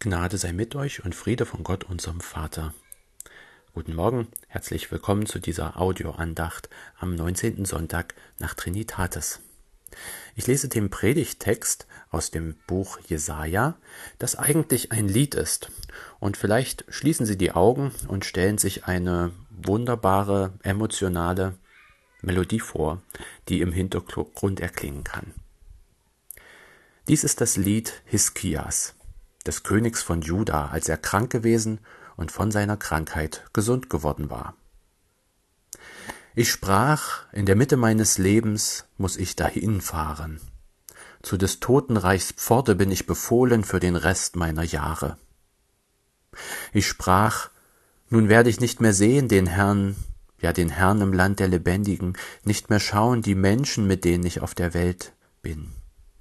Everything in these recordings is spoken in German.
Gnade sei mit euch und Friede von Gott, unserem Vater. Guten Morgen, herzlich willkommen zu dieser Audioandacht am 19. Sonntag nach Trinitatis. Ich lese den Predigttext aus dem Buch Jesaja, das eigentlich ein Lied ist. Und vielleicht schließen Sie die Augen und stellen sich eine wunderbare, emotionale Melodie vor, die im Hintergrund erklingen kann. Dies ist das Lied Hiskias, des Königs von Juda, als er krank gewesen und von seiner Krankheit gesund geworden war. Ich sprach, in der Mitte meines Lebens muss ich dahin fahren. Zu des Totenreichs Pforte bin ich befohlen für den Rest meiner Jahre. Ich sprach, nun werde ich nicht mehr sehen den Herrn, ja den Herrn im Land der Lebendigen, nicht mehr schauen die Menschen, mit denen ich auf der Welt bin.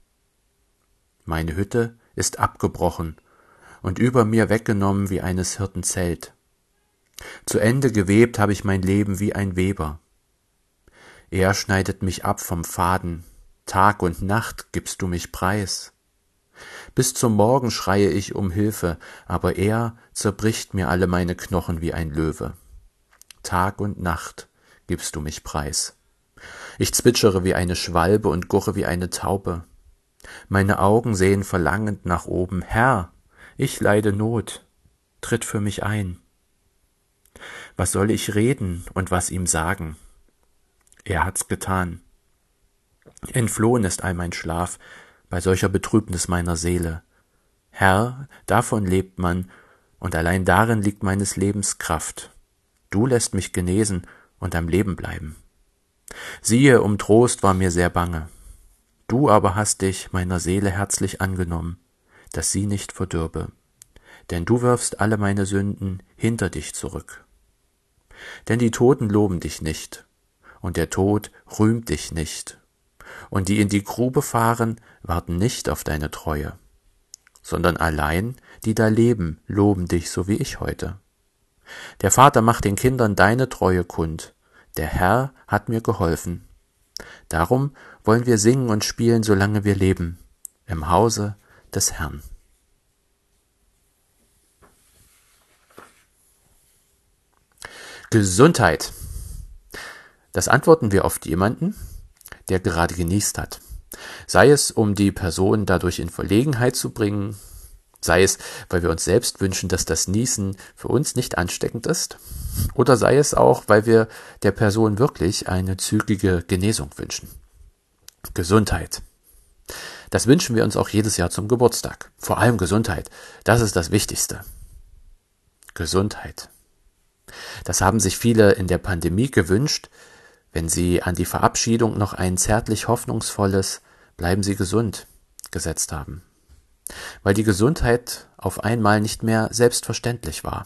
Meine Hütte ist abgebrochen und über mir weggenommen wie eines Hirten Zelt. Zu Ende gewebt habe ich mein Leben wie ein Weber. Er schneidet mich ab vom Faden, Tag und Nacht gibst du mich preis. Bis zum Morgen schreie ich um Hilfe, aber er zerbricht mir alle meine Knochen wie ein Löwe. Tag und Nacht gibst du mich preis. Ich zwitschere wie eine Schwalbe und gurre wie eine Taube. Meine Augen sehen verlangend nach oben. Herr, ich leide Not, tritt für mich ein. Was soll ich reden und was ihm sagen? Er hat's getan. Entflohen ist all mein Schlaf bei solcher Betrübnis meiner Seele. Herr, davon lebt man, und allein darin liegt meines Lebens Kraft. Du lässt mich genesen und am Leben bleiben. Siehe, um Trost war mir sehr bange. Du aber hast dich meiner Seele herzlich angenommen, dass sie nicht verdürbe. Denn du wirfst alle meine Sünden hinter dich zurück. Denn die Toten loben dich nicht, und der Tod rühmt dich nicht. Und die in die Grube fahren, warten nicht auf deine Treue, sondern allein, die da leben, loben dich, so wie ich heute. Der Vater macht den Kindern deine Treue kund. Der Herr hat mir geholfen. Darum wollen wir singen und spielen, solange wir leben, im Hause des Herrn. Gesundheit. Das antworten wir oft jemanden, der gerade genießt hat. Sei es, um die Person dadurch in Verlegenheit zu bringen, sei es, weil wir uns selbst wünschen, dass das Niesen für uns nicht ansteckend ist, oder sei es auch, weil wir der Person wirklich eine zügige Genesung wünschen. Gesundheit. Das wünschen wir uns auch jedes Jahr zum Geburtstag. Vor allem Gesundheit. Das ist das Wichtigste. Gesundheit. Das haben sich viele in der Pandemie gewünscht, wenn sie an die Verabschiedung noch ein zärtlich hoffnungsvolles "Bleiben Sie gesund" gesetzt haben. Weil die Gesundheit auf einmal nicht mehr selbstverständlich war.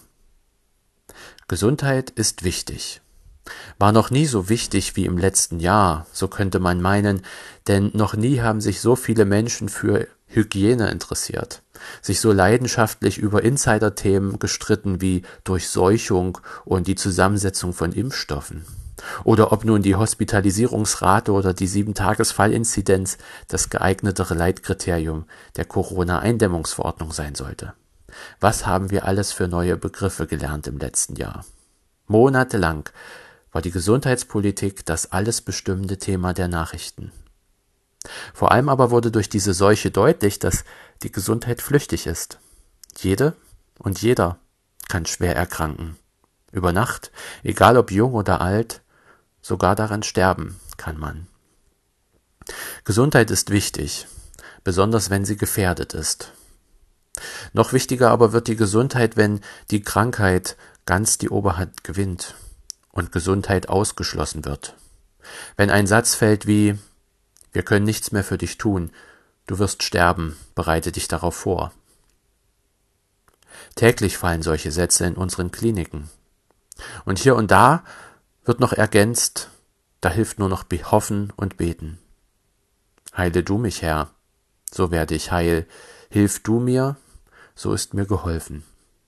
Gesundheit ist wichtig. War noch nie so wichtig wie im letzten Jahr, so könnte man meinen, denn noch nie haben sich so viele Menschen für Hygiene interessiert, sich so leidenschaftlich über Insider-Themen gestritten wie Durchseuchung und die Zusammensetzung von Impfstoffen. Oder ob nun die Hospitalisierungsrate oder die 7-Tages-Fallinzidenz das geeignetere Leitkriterium der Corona-Eindämmungsverordnung sein sollte. Was haben wir alles für neue Begriffe gelernt im letzten Jahr? Monatelang war die Gesundheitspolitik das alles bestimmende Thema der Nachrichten. Vor allem aber wurde durch diese Seuche deutlich, dass die Gesundheit flüchtig ist. Jede und jeder kann schwer erkranken. Über Nacht, egal ob jung oder alt, sogar daran sterben kann man. Gesundheit ist wichtig, besonders wenn sie gefährdet ist. Noch wichtiger aber wird die Gesundheit, wenn die Krankheit ganz die Oberhand gewinnt und Gesundheit ausgeschlossen wird. Wenn ein Satz fällt wie "Wir können nichts mehr für dich tun, du wirst sterben, bereite dich darauf vor". Täglich fallen solche Sätze in unseren Kliniken. Und hier und da wird noch ergänzt, da hilft nur noch hoffen und beten. Heile du mich, Herr, so werde ich heil. Hilf du mir, so ist mir geholfen.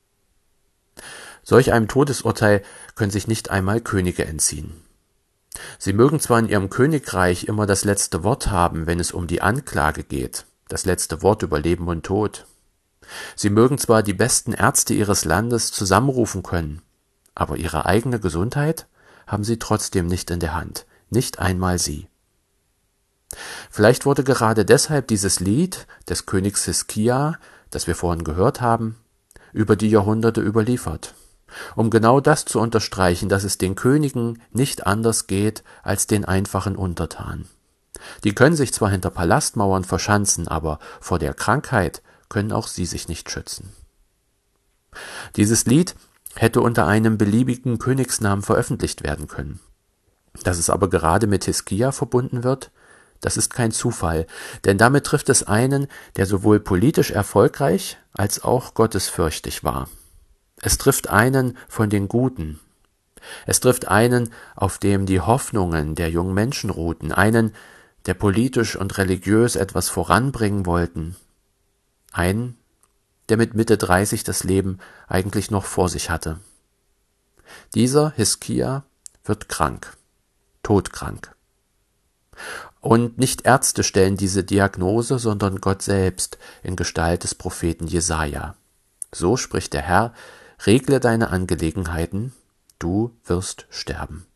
Solch einem Todesurteil können sich nicht einmal Könige entziehen. Sie mögen zwar in ihrem Königreich immer das letzte Wort haben, wenn es um die Anklage geht, das letzte Wort über Leben und Tod. Sie mögen zwar die besten Ärzte ihres Landes zusammenrufen können, aber ihre eigene Gesundheit haben sie trotzdem nicht in der Hand, nicht einmal sie. Vielleicht wurde gerade deshalb dieses Lied des Königs Hiskia, das wir vorhin gehört haben, über die Jahrhunderte überliefert, um genau das zu unterstreichen, dass es den Königen nicht anders geht als den einfachen Untertanen. Die können sich zwar hinter Palastmauern verschanzen, aber vor der Krankheit können auch sie sich nicht schützen. Dieses Lied hätte unter einem beliebigen Königsnamen veröffentlicht werden können. Dass es aber gerade mit Hiskia verbunden wird, das ist kein Zufall, denn damit trifft es einen, der sowohl politisch erfolgreich als auch gottesfürchtig war. Es trifft einen von den Guten. Es trifft einen, auf dem die Hoffnungen der jungen Menschen ruhten, einen, der politisch und religiös etwas voranbringen wollten, einen, der mit Mitte 30 das Leben eigentlich noch vor sich hatte. Dieser Hiskia wird krank, todkrank. Und nicht Ärzte stellen diese Diagnose, sondern Gott selbst in Gestalt des Propheten Jesaja. So spricht der Herr: Regle deine Angelegenheiten, du wirst sterben.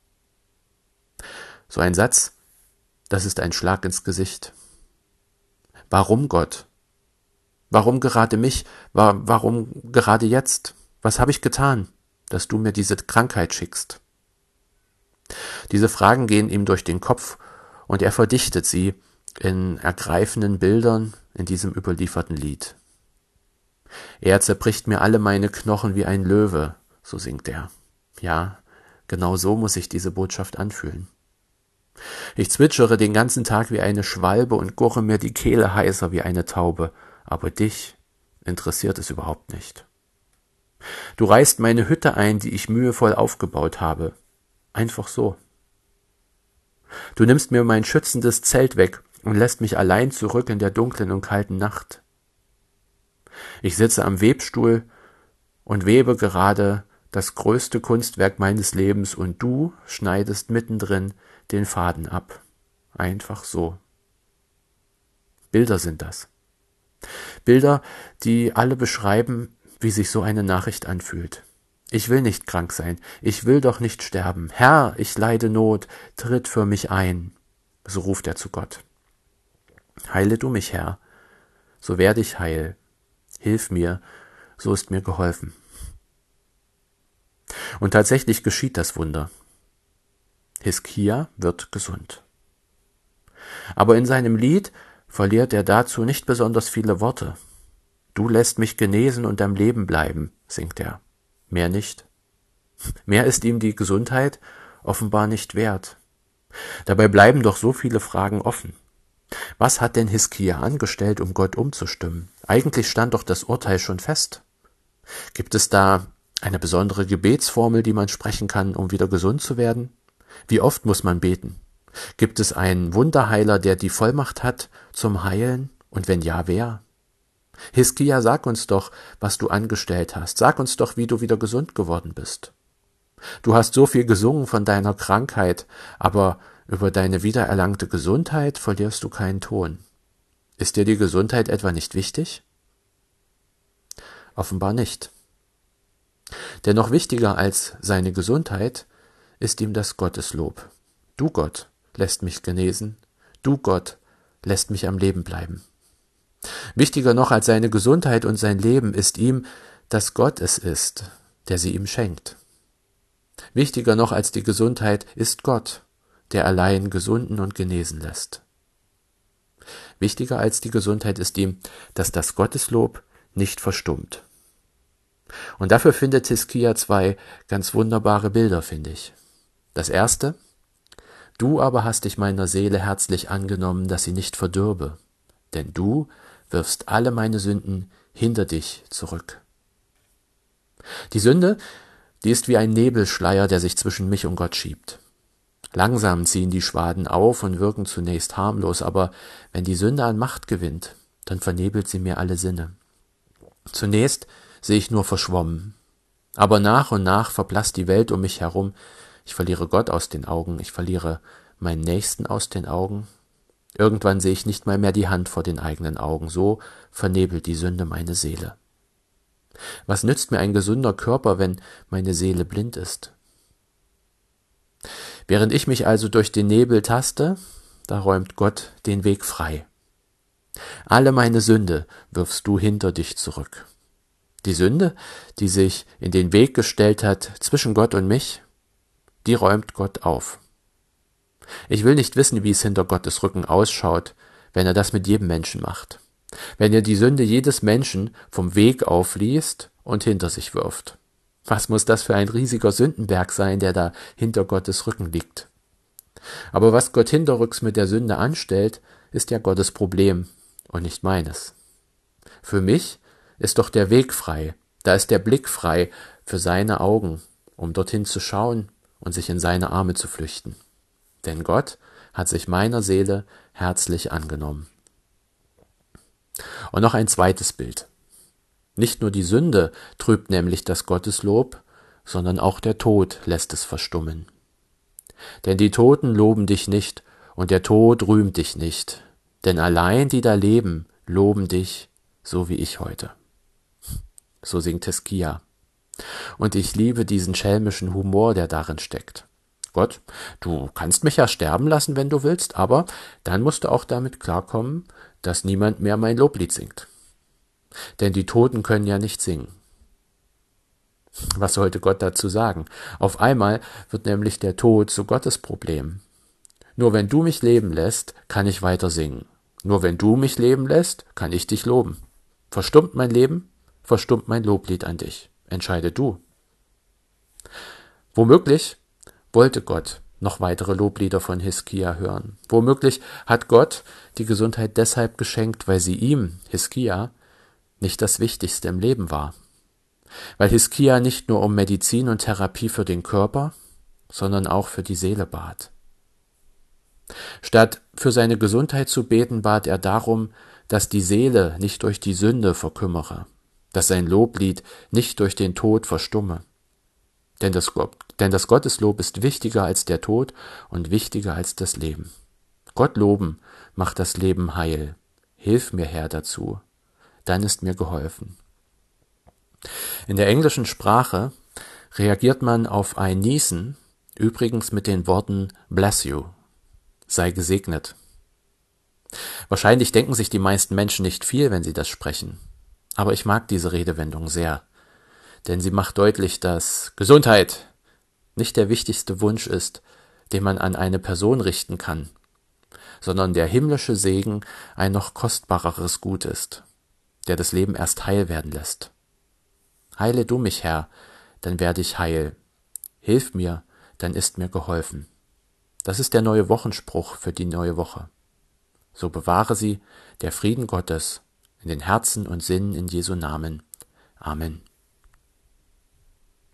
So ein Satz, das ist ein Schlag ins Gesicht. Warum Gott? Warum gerade mich? Warum gerade jetzt? Was habe ich getan, dass du mir diese Krankheit schickst? Diese Fragen gehen ihm durch den Kopf und er verdichtet sie in ergreifenden Bildern in diesem überlieferten Lied. Er zerbricht mir alle meine Knochen wie ein Löwe, so singt er. Ja, genau so muss sich diese Botschaft anfühlen. Ich zwitschere den ganzen Tag wie eine Schwalbe und gurre mir die Kehle heißer wie eine Taube, aber dich interessiert es überhaupt nicht. Du reißt meine Hütte ein, die ich mühevoll aufgebaut habe. Einfach so. Du nimmst mir mein schützendes Zelt weg und lässt mich allein zurück in der dunklen und kalten Nacht. Ich sitze am Webstuhl und webe gerade das größte Kunstwerk meines Lebens und du schneidest mittendrin den Faden ab. Einfach so. Bilder sind das. Bilder, die alle beschreiben, wie sich so eine Nachricht anfühlt. Ich will nicht krank sein, ich will doch nicht sterben. Herr, ich leide Not, tritt für mich ein. So ruft er zu Gott. Heile du mich, Herr, so werde ich heil. Hilf mir, so ist mir geholfen. Und tatsächlich geschieht das Wunder. Hiskia wird gesund. Aber in seinem Lied verliert er dazu nicht besonders viele Worte. Du lässt mich genesen und am Leben bleiben, singt er. Mehr nicht. Mehr ist ihm die Gesundheit offenbar nicht wert. Dabei bleiben doch so viele Fragen offen. Was hat denn Hiskia angestellt, um Gott umzustimmen? Eigentlich stand doch das Urteil schon fest. Gibt es da eine besondere Gebetsformel, die man sprechen kann, um wieder gesund zu werden? Wie oft muss man beten? Gibt es einen Wunderheiler, der die Vollmacht hat zum Heilen? Und wenn ja, wer? Hiskia, sag uns doch, was du angestellt hast. Sag uns doch, wie du wieder gesund geworden bist. Du hast so viel gesungen von deiner Krankheit, aber über deine wiedererlangte Gesundheit verlierst du keinen Ton. Ist dir die Gesundheit etwa nicht wichtig? Offenbar nicht. Denn noch wichtiger als seine Gesundheit ist ihm das Gotteslob. Du, Gott, lässt mich genesen. Du, Gott, lässt mich am Leben bleiben. Wichtiger noch als seine Gesundheit und sein Leben ist ihm, dass Gott es ist, der sie ihm schenkt. Wichtiger noch als die Gesundheit ist Gott, der allein gesunden und genesen lässt. Wichtiger als die Gesundheit ist ihm, dass das Gotteslob nicht verstummt. Und dafür findet Hiskia 2 ganz wunderbare Bilder, finde ich. Das erste: Du aber hast dich meiner Seele herzlich angenommen, dass sie nicht verdürbe, denn du wirfst alle meine Sünden hinter dich zurück. Die Sünde, die ist wie ein Nebelschleier, der sich zwischen mich und Gott schiebt. Langsam ziehen die Schwaden auf und wirken zunächst harmlos, aber wenn die Sünde an Macht gewinnt, dann vernebelt sie mir alle Sinne. Zunächst sehe ich nur verschwommen, aber nach und nach verblasst die Welt um mich herum. Ich verliere Gott aus den Augen, ich verliere meinen Nächsten aus den Augen. Irgendwann sehe ich nicht mal mehr die Hand vor den eigenen Augen, so vernebelt die Sünde meine Seele. Was nützt mir ein gesunder Körper, wenn meine Seele blind ist? Während ich mich also durch den Nebel taste, da räumt Gott den Weg frei. Alle meine Sünde wirfst du hinter dich zurück. Die Sünde, die sich in den Weg gestellt hat zwischen Gott und mich, die räumt Gott auf. Ich will nicht wissen, wie es hinter Gottes Rücken ausschaut, wenn er das mit jedem Menschen macht. Wenn er die Sünde jedes Menschen vom Weg aufliest und hinter sich wirft. Was muss das für ein riesiger Sündenberg sein, der da hinter Gottes Rücken liegt? Aber was Gott hinterrücks mit der Sünde anstellt, ist ja Gottes Problem und nicht meines. Für mich ist doch der Weg frei, da ist der Blick frei für seine Augen, um dorthin zu schauen und sich in seine Arme zu flüchten. Denn Gott hat sich meiner Seele herzlich angenommen. Und noch ein zweites Bild. Nicht nur die Sünde trübt nämlich das Gotteslob, sondern auch der Tod lässt es verstummen. Denn die Toten loben dich nicht und der Tod rühmt dich nicht, denn allein die da leben, loben dich, so wie ich heute. So singt Hiskia. Und ich liebe diesen schelmischen Humor, der darin steckt. Gott, du kannst mich ja sterben lassen, wenn du willst, aber dann musst du auch damit klarkommen, dass niemand mehr mein Loblied singt. Denn die Toten können ja nicht singen. Was sollte Gott dazu sagen? Auf einmal wird nämlich der Tod zu Gottes Problem. Nur wenn du mich leben lässt, kann ich weiter singen. Nur wenn du mich leben lässt, kann ich dich loben. Verstummt mein Leben, verstummt mein Loblied an dich. Entscheide du. Womöglich wollte Gott noch weitere Loblieder von Hiskia hören. Womöglich hat Gott die Gesundheit deshalb geschenkt, weil sie ihm, Hiskia, nicht das Wichtigste im Leben war. Weil Hiskia nicht nur um Medizin und Therapie für den Körper, sondern auch für die Seele bat. Statt für seine Gesundheit zu beten, bat er darum, dass die Seele nicht durch die Sünde verkümmere, dass sein Loblied nicht durch den Tod verstumme. Denn das Gotteslob ist wichtiger als der Tod und wichtiger als das Leben. Gott loben macht das Leben heil. Hilf mir, Herr, dazu. Dann ist mir geholfen. In der englischen Sprache reagiert man auf ein Niesen übrigens mit den Worten bless you, sei gesegnet. Wahrscheinlich denken sich die meisten Menschen nicht viel, wenn sie das sprechen. Aber ich mag diese Redewendung sehr, denn sie macht deutlich, dass Gesundheit nicht der wichtigste Wunsch ist, den man an eine Person richten kann, sondern der himmlische Segen ein noch kostbareres Gut ist, der das Leben erst heil werden lässt. Heile du mich, Herr, dann werde ich heil. Hilf mir, dann ist mir geholfen. Das ist der neue Wochenspruch für die neue Woche. So bewahre sie der Frieden Gottes in den Herzen und Sinnen in Jesu Namen. Amen.